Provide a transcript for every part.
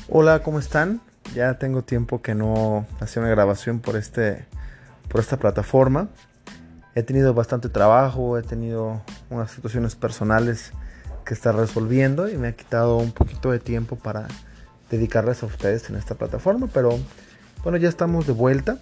Hola, ¿cómo están? Ya tengo tiempo que no hacía una grabación por esta plataforma. He tenido bastante trabajo, he tenido unas situaciones personales que estar resolviendo y me ha quitado un poquito de tiempo para dedicarles a ustedes en esta plataforma, pero bueno, ya estamos de vuelta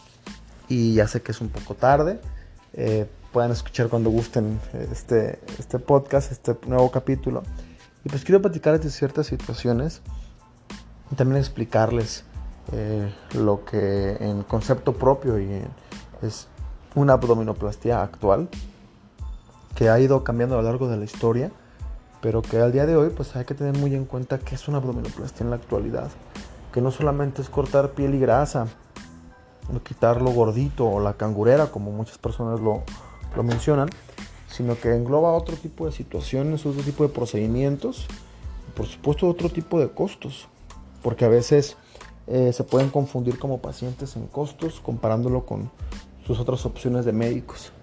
y ya sé que es un poco tarde. Pueden escuchar cuando gusten este podcast, este nuevo capítulo. Y pues quiero platicarles de ciertas situaciones y también explicarles lo que en concepto propio es una abdominoplastia actual que ha ido cambiando a lo largo de la historia, pero que al día de hoy pues hay que tener muy en cuenta que es una abdominoplastia en la actualidad, que no solamente es cortar piel y grasa o quitar lo gordito o la cangurera como muchas personas lo mencionan, sino que engloba otro tipo de situaciones, otro tipo de procedimientos y por supuesto otro tipo de costos, porque a veces se pueden confundir como pacientes en costos comparándolo con sus otras opciones de médicos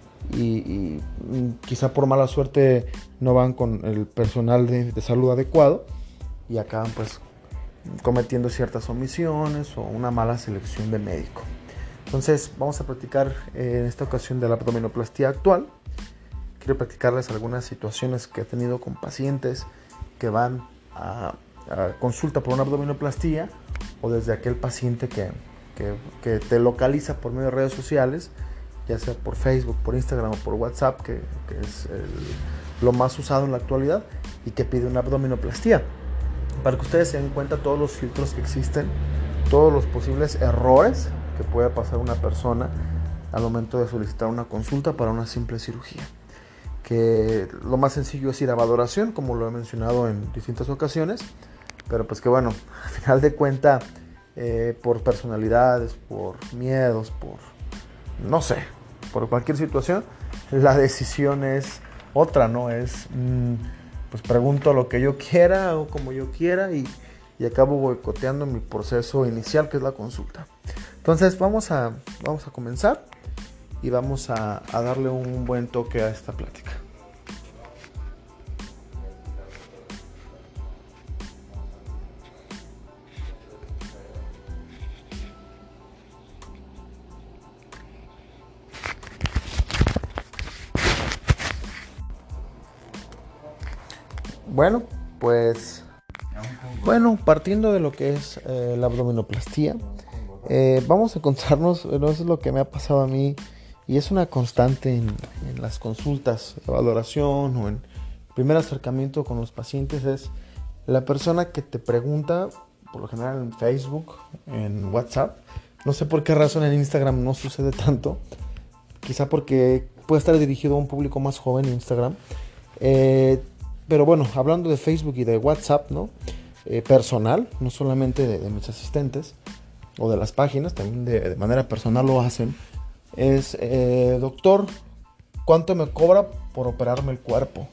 y quizá por mala suerte no van con el personal de salud adecuado y acaban pues cometiendo ciertas omisiones o una mala selección de médico. Entonces vamos a platicar en esta ocasión de la abdominoplastia actual. Quiero platicarles algunas situaciones que he tenido con pacientes que van a consulta por una abdominoplastia o desde aquel paciente que te localiza por medio de redes sociales, ya sea por Facebook, por Instagram o por WhatsApp, que es lo más usado en la actualidad, y que pide una abdominoplastia. Para que ustedes se den cuenta todos los filtros que existen, todos los posibles errores que puede pasar una persona al momento de solicitar una consulta para una simple cirugía. Que lo más sencillo es ir a valoración, como lo he mencionado en distintas ocasiones, pero pues que bueno, al final de cuentas, por personalidades, por miedos, por no sé, por cualquier situación, la decisión es otra, ¿no? Pues pregunto lo que yo quiera o como yo quiera y acabo boicoteando mi proceso inicial, que es la consulta. Entonces vamos a comenzar y vamos a darle un buen toque a esta plática. Bueno, pues partiendo de lo que es la abdominoplastia, vamos a contarnos, bueno, eso es lo que me ha pasado a mí y es una constante en las consultas de valoración o en el primer acercamiento con los pacientes, es la persona que te pregunta, por lo general en Facebook, en WhatsApp, no sé por qué razón en Instagram no sucede tanto, quizá porque puede estar dirigido a un público más joven en Instagram, pero bueno, hablando de Facebook y de WhatsApp, ¿no? Personal, no solamente de mis asistentes o de las páginas, también de manera personal lo hacen, es, doctor, ¿cuánto me cobra por operarme el cuerpo?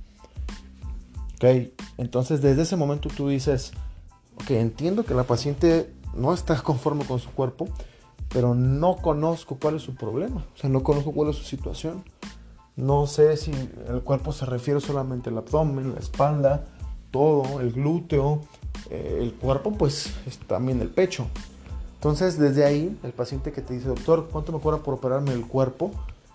Ok, entonces desde ese momento tú dices, ok, entiendo que la paciente no está conforme con su cuerpo, pero no conozco cuál es su problema, o sea, no conozco cuál es su situación. No sé si el cuerpo se refiere solamente al abdomen, la espalda, todo, el glúteo, el cuerpo, pues es también el pecho. Entonces, desde ahí, el paciente que te dice, doctor, ¿cuánto me cobra por operarme el cuerpo?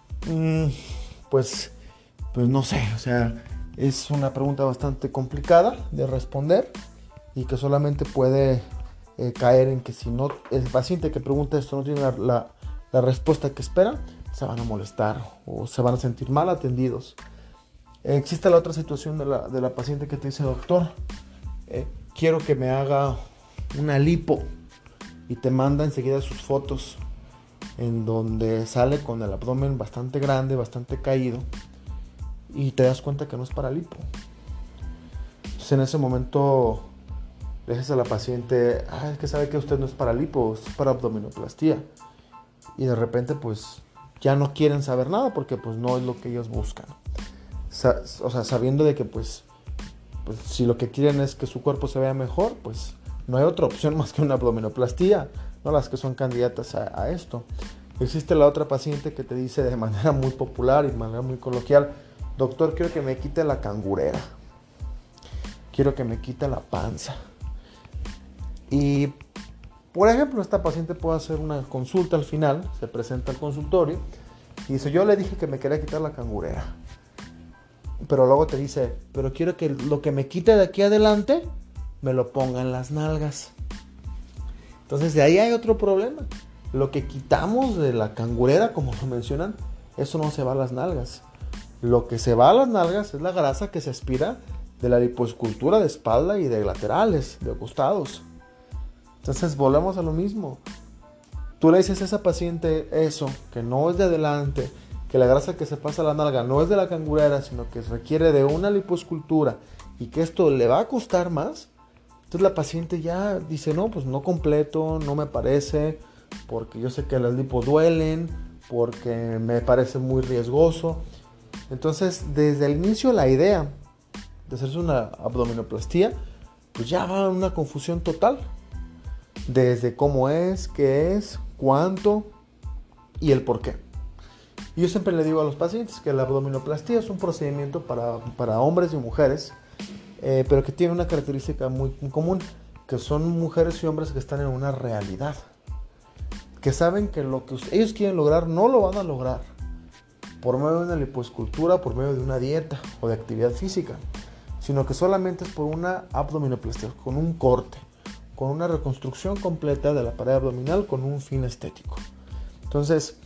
Pues no sé, o sea, es una pregunta bastante complicada de responder y que solamente puede caer en que si no, el paciente que pregunta esto no tiene la respuesta que espera, se van a molestar o se van a sentir mal atendidos. Existe la otra situación de la paciente que te dice, doctor, quiero que me haga una lipo, y te manda enseguida sus fotos en donde sale con el abdomen bastante grande, bastante caído, y te das cuenta que no es para lipo. Entonces en ese momento le dices a la paciente, es que sabe que usted no es para lipo, es para abdominoplastia, y de repente pues ya no quieren saber nada porque pues no es lo que ellos buscan. O sea, sabiendo de que pues si lo que quieren es que su cuerpo se vea mejor, pues no hay otra opción más que una abdominoplastia, no las que son candidatas a esto. Existe la otra paciente que te dice de manera muy popular y de manera muy coloquial, doctor, quiero que me quite la cangurera, quiero que me quite la panza. Y, por ejemplo, esta paciente puede hacer una consulta al final, se presenta al consultorio y dice, yo le dije que me quería quitar la cangurera. Pero luego te dice, pero quiero que lo que me quite de aquí adelante me lo ponga en las nalgas. Entonces de ahí hay otro problema. Lo que quitamos de la cangurera, como lo mencionan, eso no se va a las nalgas. Lo que se va a las nalgas es la grasa que se aspira de la lipoescultura de espalda y de laterales, de costados. Entonces volvemos a lo mismo. Tú le dices a esa paciente eso, que no es de adelante, que la grasa que se pasa a la nalga no es de la cangurera, sino que requiere de una lipoescultura y que esto le va a costar más. Entonces la paciente ya dice, no, pues no completo, no me parece, porque yo sé que las lipos duelen, porque me parece muy riesgoso. Entonces, desde el inicio la idea de hacerse una abdominoplastía, pues ya va una confusión total. Desde cómo es, qué es, cuánto y el por qué. Y yo siempre le digo a los pacientes que la abdominoplastía es un procedimiento para hombres y mujeres, pero que tiene una característica muy común, que son mujeres y hombres que están en una realidad, que saben que lo que ellos quieren lograr no lo van a lograr por medio de una lipoescultura, por medio de una dieta o de actividad física, sino que solamente es por una abdominoplastia, con un corte, con una reconstrucción completa de la pared abdominal con un fin estético. Entonces,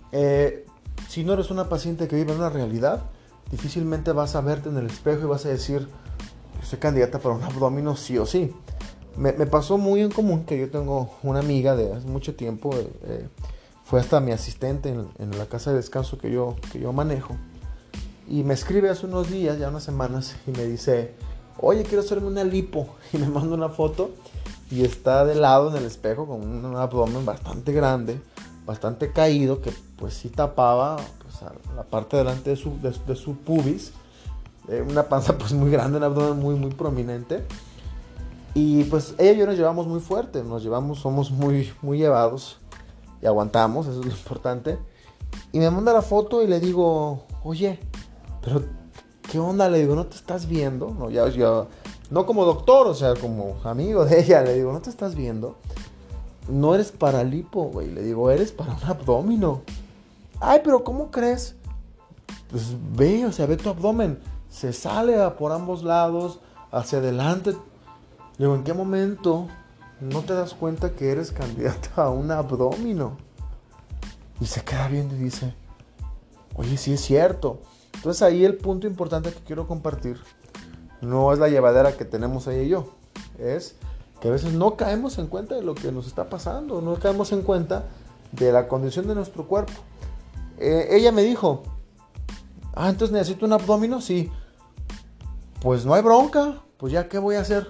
si no eres una paciente que vive en una realidad, difícilmente vas a verte en el espejo y vas a decir, soy candidata para un abdomino sí o sí. Me pasó muy en común que yo tengo una amiga de hace mucho tiempo, fue hasta mi asistente en la casa de descanso que yo manejo, y me escribe hace unos días, ya unas semanas, y me dice, oye, quiero hacerme una lipo, y me manda una foto y está de lado en el espejo con un abdomen bastante grande, bastante caído, que pues sí tapaba pues, la parte delante de su pubis, una panza pues muy grande, un abdomen muy muy prominente. Y pues ella y yo nos llevamos muy fuerte, somos muy muy llevados y aguantamos, eso es lo importante. Y me manda la foto y le digo, oye, pero ¿qué onda? Le digo, ¿no te estás viendo? No, ya, no como doctor, o sea, como amigo de ella, le digo, ¿no te estás viendo? No eres para lipo, güey, le digo, eres para un abdomino. Ay, pero ¿cómo crees? Pues ve, o sea, ve tu abdomen, se sale por ambos lados, hacia adelante. Le digo, ¿en qué momento no te das cuenta que eres candidata a un abdomino? Y se queda viendo y dice, oye, sí es cierto. Entonces ahí el punto importante que quiero compartir no es la llevadera que tenemos ella y yo, es que a veces no caemos en cuenta de lo que nos está pasando, no caemos en cuenta de la condición de nuestro cuerpo. Ella me dijo, entonces necesito un abdomino, sí. Pues no hay bronca, pues ya, ¿qué voy a hacer?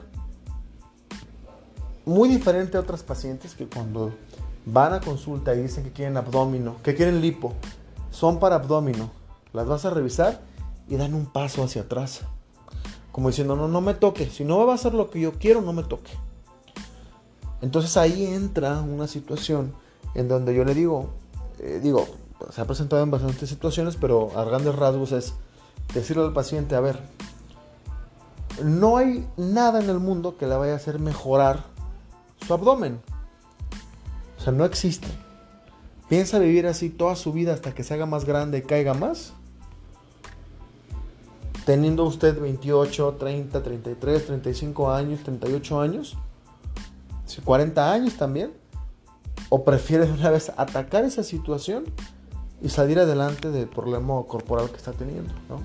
Muy diferente a otras pacientes que cuando van a consulta y dicen que quieren abdomino, que quieren lipo, son para abdomino, las vas a revisar y dan un paso hacia atrás, como diciendo, no me toque, si no va a hacer lo que yo quiero, no me toque. Entonces ahí entra una situación en donde yo le digo, se ha presentado en bastantes situaciones, pero a grandes rasgos es decirle al paciente, a ver, no hay nada en el mundo que le vaya a hacer mejorar su abdomen. O sea, no existe. ¿Piensa vivir así toda su vida hasta que se haga más grande y caiga más? Teniendo usted 28, 30, 33, 35 años, 38 años, 40 años también. ¿O prefiere de una vez atacar esa situación y salir adelante del problema corporal que está teniendo, ¿no?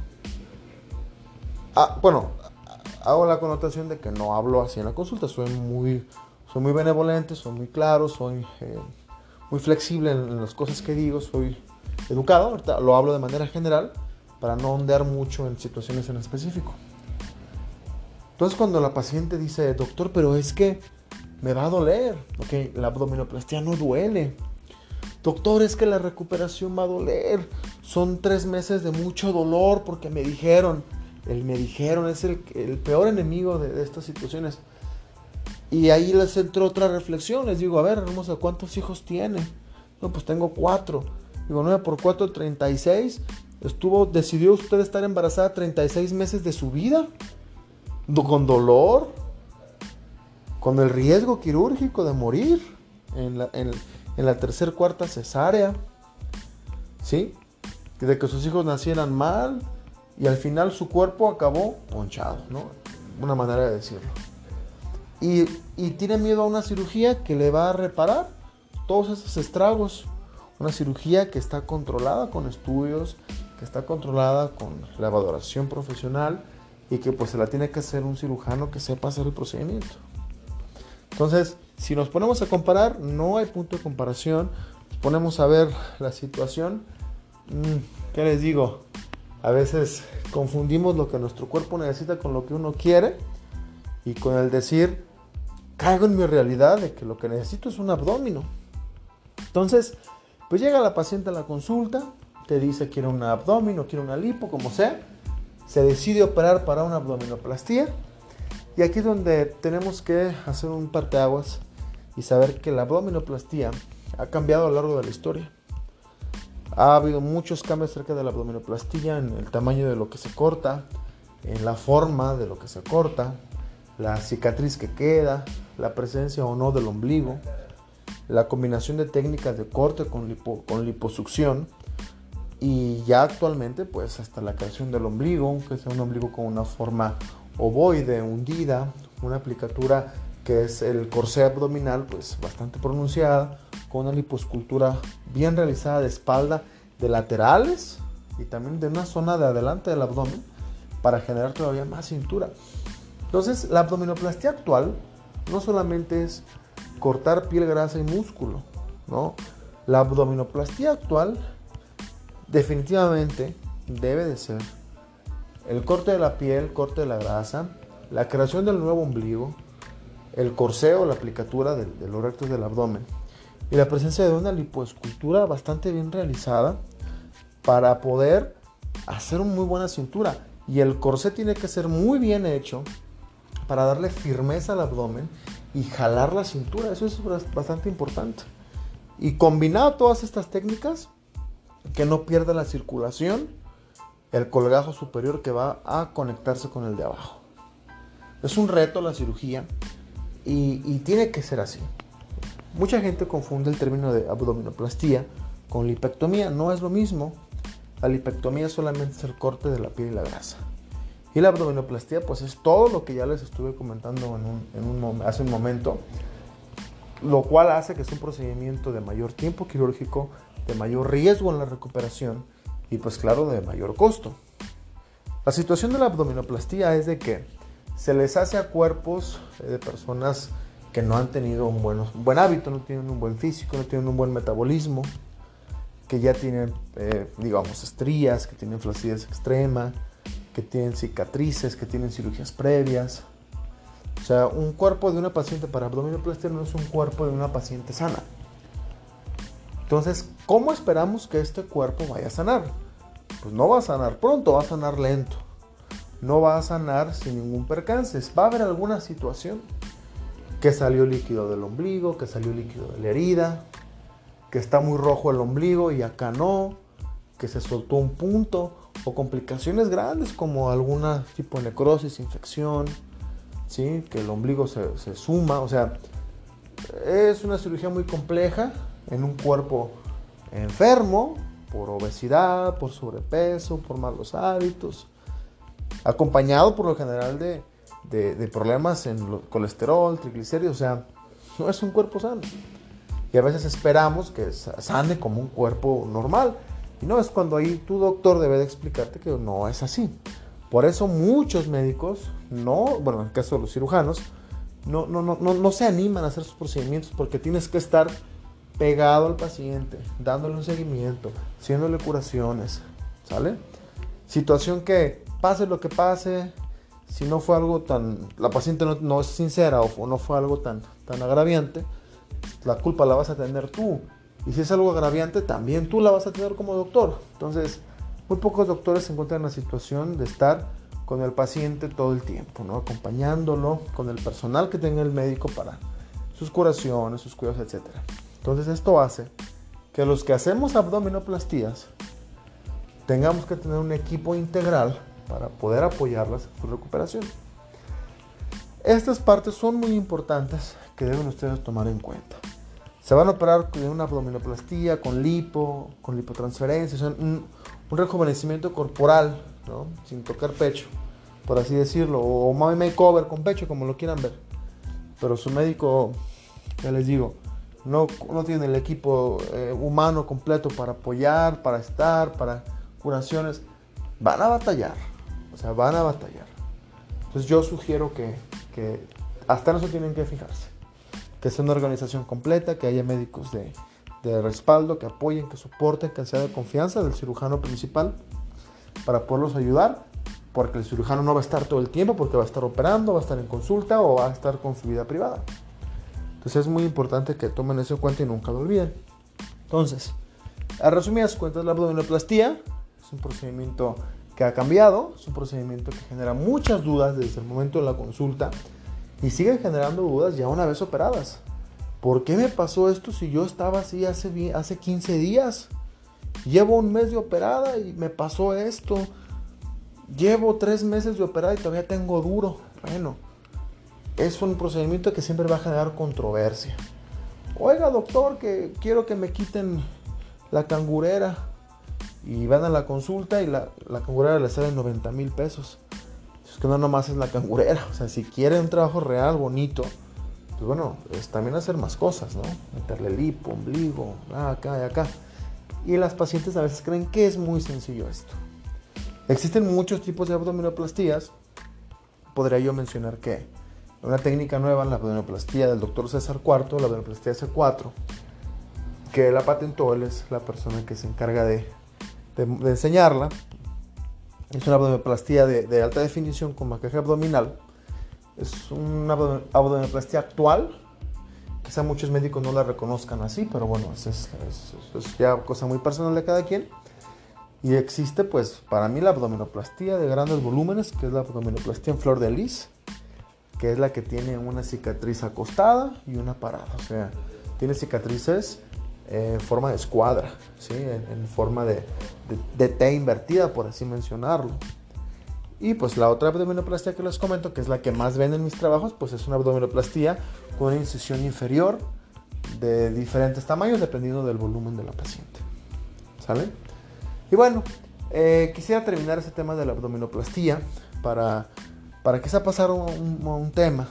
Bueno, hago la connotación de que no hablo así en la consulta. Soy muy benevolente, soy muy claro, soy muy flexible en las cosas que digo, soy educado. Ahorita lo hablo de manera general para no ondear mucho en situaciones en específico. Entonces cuando la paciente dice, doctor, pero es que me va a doler, ok, la abdominoplastia no duele. Doctor, es que la recuperación va a doler, son 3 meses de mucho dolor porque me dijeron. El me dijeron es el peor enemigo de estas situaciones. Y ahí les entró otra reflexión. Les digo, a ver, hermosa, ¿cuántos hijos tiene? No, pues tengo 4. Digo, 9 por 4, 36. ¿Decidió usted estar embarazada 36 meses de su vida? ¿Con dolor? con el riesgo quirúrgico de morir en la tercera, cuarta cesárea, ¿sí? De que sus hijos nacieran mal y al final su cuerpo acabó ponchado, ¿no? Una manera de decirlo. Y tiene miedo a una cirugía que le va a reparar todos esos estragos. Una cirugía que está controlada con estudios, que está controlada con la valoración profesional y que pues se la tiene que hacer un cirujano que sepa hacer el procedimiento. Entonces, si nos ponemos a comparar, no hay punto de comparación. Nos ponemos a ver la situación. ¿Qué les digo? A veces confundimos lo que nuestro cuerpo necesita con lo que uno quiere y con el decir, caigo en mi realidad de que lo que necesito es un abdómino. Entonces, pues llega la paciente a la consulta, te dice quiere un abdómino, quiere una lipo, como sea, se decide operar para una abdominoplastía y aquí es donde tenemos que hacer un parteaguas y saber que la abdominoplastía ha cambiado a lo largo de la historia. Ha habido muchos cambios acerca de la abdominoplastía en el tamaño de lo que se corta, en la forma de lo que se corta, la cicatriz que queda, la presencia o no del ombligo, la combinación de técnicas de corte con liposucción y ya actualmente pues hasta la creación del ombligo, que sea un ombligo con una forma ovoide, hundida, una aplicatura que es el corsé abdominal pues bastante pronunciada, con una liposcultura bien realizada de espalda, de laterales y también de una zona de adelante del abdomen para generar todavía más cintura. Entonces la abdominoplastía actual no solamente es cortar piel, grasa y músculo, ¿no? La abdominoplastía actual definitivamente debe de ser el corte de la piel, corte de la grasa, la creación del nuevo ombligo, el corsé o la aplicatura de los rectos del abdomen y la presencia de una lipoescultura bastante bien realizada para poder hacer una muy buena cintura. Y el corsé tiene que ser muy bien hecho para darle firmeza al abdomen y jalar la cintura. Eso es bastante importante. Y combinado todas estas técnicas, que no pierda la circulación, el colgajo superior que va a conectarse con el de abajo. Es un reto la cirugía y tiene que ser así. Mucha gente confunde el término de abdominoplastía con lipectomía. No es lo mismo. La lipectomía solamente es el corte de la piel y la grasa. Y la abdominoplastía pues es todo lo que ya les estuve comentando hace un momento, lo cual hace que sea un procedimiento de mayor tiempo quirúrgico, de mayor riesgo en la recuperación y pues claro de mayor costo. La situación de la abdominoplastía es de que se les hace a cuerpos de personas que no han tenido un buen hábito, no tienen un buen físico, no tienen un buen metabolismo, que ya tienen, digamos, estrías, que tienen flacidez extrema, que tienen cicatrices, que tienen cirugías previas. O sea, un cuerpo de una paciente para abdominoplastia no es un cuerpo de una paciente sana. Entonces, ¿cómo esperamos que este cuerpo vaya a sanar? Pues no va a sanar pronto, va a sanar lento. No va a sanar sin ningún percance. Va a haber alguna situación que salió líquido del ombligo, que salió líquido de la herida, que está muy rojo el ombligo y acá no, que se soltó un punto, o complicaciones grandes como alguna tipo de necrosis, infección, ¿sí? Que el ombligo se suma. O sea, es una cirugía muy compleja en un cuerpo enfermo por obesidad, por sobrepeso, por malos hábitos, acompañado por lo general de problemas en colesterol, triglicéridos. O sea, no es un cuerpo sano. Y a veces esperamos que sane como un cuerpo normal. Y no, es cuando ahí tu doctor debe de explicarte que no es así. Por eso muchos médicos, en el caso de los cirujanos, no se animan a hacer sus procedimientos porque tienes que estar pegado al paciente, dándole un seguimiento, haciéndole curaciones, ¿sale? Situación que pase lo que pase, si no fue algo la paciente no es sincera o no fue algo tan agraviante, la culpa la vas a tener tú. Y si es algo agraviante, también tú la vas a tener como doctor. Entonces, muy pocos doctores se encuentran en la situación de estar con el paciente todo el tiempo, ¿no? Acompañándolo con el personal que tenga el médico para sus curaciones, sus cuidados, etc. Entonces, esto hace que los que hacemos abdominoplastías tengamos que tener un equipo integral para poder apoyarlas en su recuperación. Estas partes son muy importantes que deben ustedes tomar en cuenta. Se van a operar con una abdominoplastía, con lipotransferencia, un rejuvenecimiento corporal, ¿no? Sin tocar pecho, por así decirlo, o makeover con pecho, como lo quieran ver. Pero su médico, ya les digo, no tiene el equipo humano completo para apoyar, para curaciones. Van a batallar, van a batallar. Entonces yo sugiero que hasta en eso tienen que fijarse. Que sea una organización completa, que haya médicos de respaldo, que apoyen, que soporten, que sea de confianza del cirujano principal para poderlos ayudar, porque el cirujano no va a estar todo el tiempo, porque va a estar operando, va a estar en consulta o va a estar con su vida privada. Entonces es muy importante que tomen eso en cuenta y nunca lo olviden. Entonces, a resumidas cuentas, la abdominoplastía es un procedimiento que ha cambiado, es un procedimiento que genera muchas dudas desde el momento de la consulta y sigue generando dudas ya una vez operadas. ¿Por qué me pasó esto si yo estaba así hace 15 días? Llevo un mes de operada y me pasó esto. Llevo 3 meses de operada y todavía tengo duro. Bueno, es un procedimiento que siempre va a generar controversia. Oiga, doctor, que quiero que me quiten la cangurera. Y van a la consulta y la cangurera le sale 90,000 pesos. Es que no nomás es la cangurera. O sea, si quieren un trabajo real, bonito, pues bueno, es también hacer más cosas, ¿no? Meterle lipo, ombligo, acá y acá. Y las pacientes a veces creen que es muy sencillo esto. Existen muchos tipos de abdominoplastías. Podría yo mencionar que una técnica nueva, la abdominoplastía del doctor César Cuarto, la abdominoplastía C4, que la patentó, él es la persona que se encarga de enseñarla. Es una abdominoplastía de alta definición con maquillaje abdominal. Es una abdominoplastía actual. Quizá muchos médicos no la reconozcan así, pero bueno, es ya cosa muy personal de cada quien. Y existe, pues, para mí la abdominoplastía de grandes volúmenes, que es la abdominoplastía en flor de lis, que es la que tiene una cicatriz acostada y una parada. O sea, tiene cicatrices en forma de escuadra, ¿sí? En forma de T invertida, por así mencionarlo. Y pues la otra abdominoplastia que les comento, que es la que más ven en mis trabajos, pues es una abdominoplastia con una incisión inferior de diferentes tamaños dependiendo del volumen de la paciente. ¿Sale? Y bueno, quisiera terminar ese tema de la abdominoplastia para quizá pasar un tema.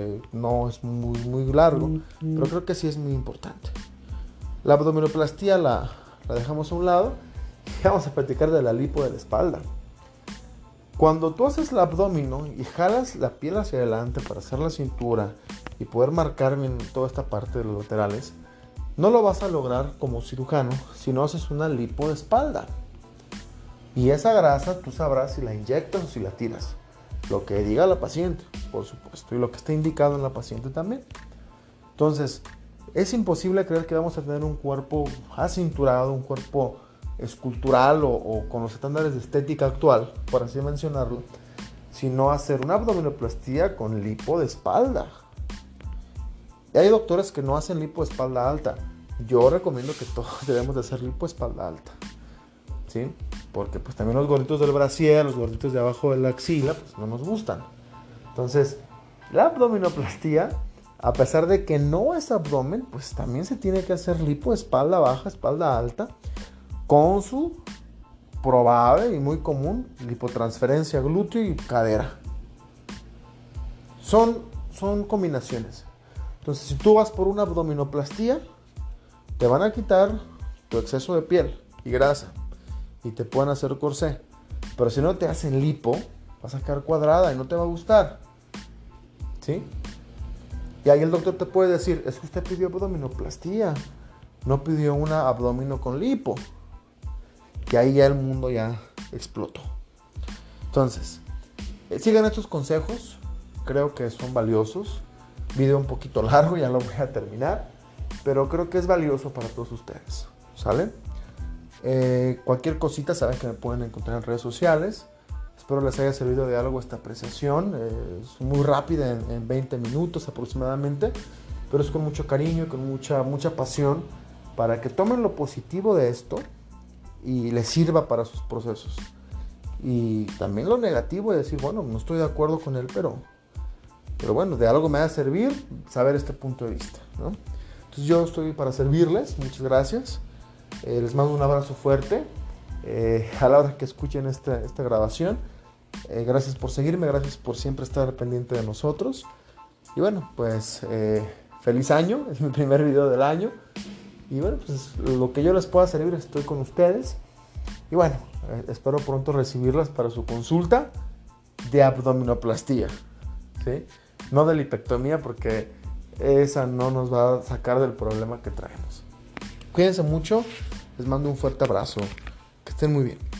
No es muy largo, pero creo que sí es muy importante. La abdominoplastia la dejamos a un lado y vamos a platicar de la lipo de la espalda. Cuando tú haces el abdomino y jalas la piel hacia adelante para hacer la cintura y poder marcar bien toda esta parte de los laterales, no lo vas a lograr como cirujano si no haces una lipo de espalda. Y esa grasa tú sabrás si la inyectas o si la tiras. Lo que diga la paciente, por supuesto, y lo que está indicado en la paciente también. Entonces, es imposible creer que vamos a tener un cuerpo acinturado, un cuerpo escultural o con los estándares de estética actual, por así mencionarlo, sino hacer una abdominoplastia con lipo de espalda. Y hay doctores que no hacen lipo de espalda alta. Yo recomiendo que todos debemos de hacer lipo de espalda alta, ¿sí? Porque pues también los gorditos del brasier, los gorditos de abajo de la axila, pues no nos gustan. Entonces, la abdominoplastia, a pesar de que no es abdomen, pues también se tiene que hacer lipo de espalda baja, espalda alta, con su probable y muy común lipotransferencia glúteo y cadera. Son combinaciones. Entonces, si tú vas por una abdominoplastia, te van a quitar tu exceso de piel y grasa y te pueden hacer corsé. Pero si no te hacen lipo, vas a quedar cuadrada y no te va a gustar, ¿sí? Y ahí el doctor te puede decir, es que usted pidió abdominoplastia, no pidió una abdomino con lipo. Que ahí ya el mundo ya explotó. Entonces, sigan estos consejos, creo que son valiosos. Video un poquito largo, ya lo voy a terminar, pero creo que es valioso para todos ustedes, ¿sale? Cualquier cosita saben que me pueden encontrar en redes sociales. Espero les haya servido de algo esta apreciación. Es muy rápida, en 20 minutos aproximadamente, pero es con mucho cariño y con mucha pasión para que tomen lo positivo de esto y les sirva para sus procesos. Y también lo negativo es decir, bueno, no estoy de acuerdo con él, pero Pero bueno, de algo me va a servir saber este punto de vista, ¿no? Entonces yo estoy para servirles, muchas gracias. Les mando un abrazo fuerte a la hora que escuchen esta grabación. Gracias por seguirme, gracias por siempre estar pendiente de nosotros. Y bueno, pues feliz año, es mi primer video del año. Y bueno, pues lo que yo les pueda servir, estoy con ustedes. Y bueno, espero pronto recibirlas para su consulta de abdominoplastía, ¿sí? No de lipectomía, porque esa no nos va a sacar del problema que traemos. Cuídense mucho, les mando un fuerte abrazo, que estén muy bien.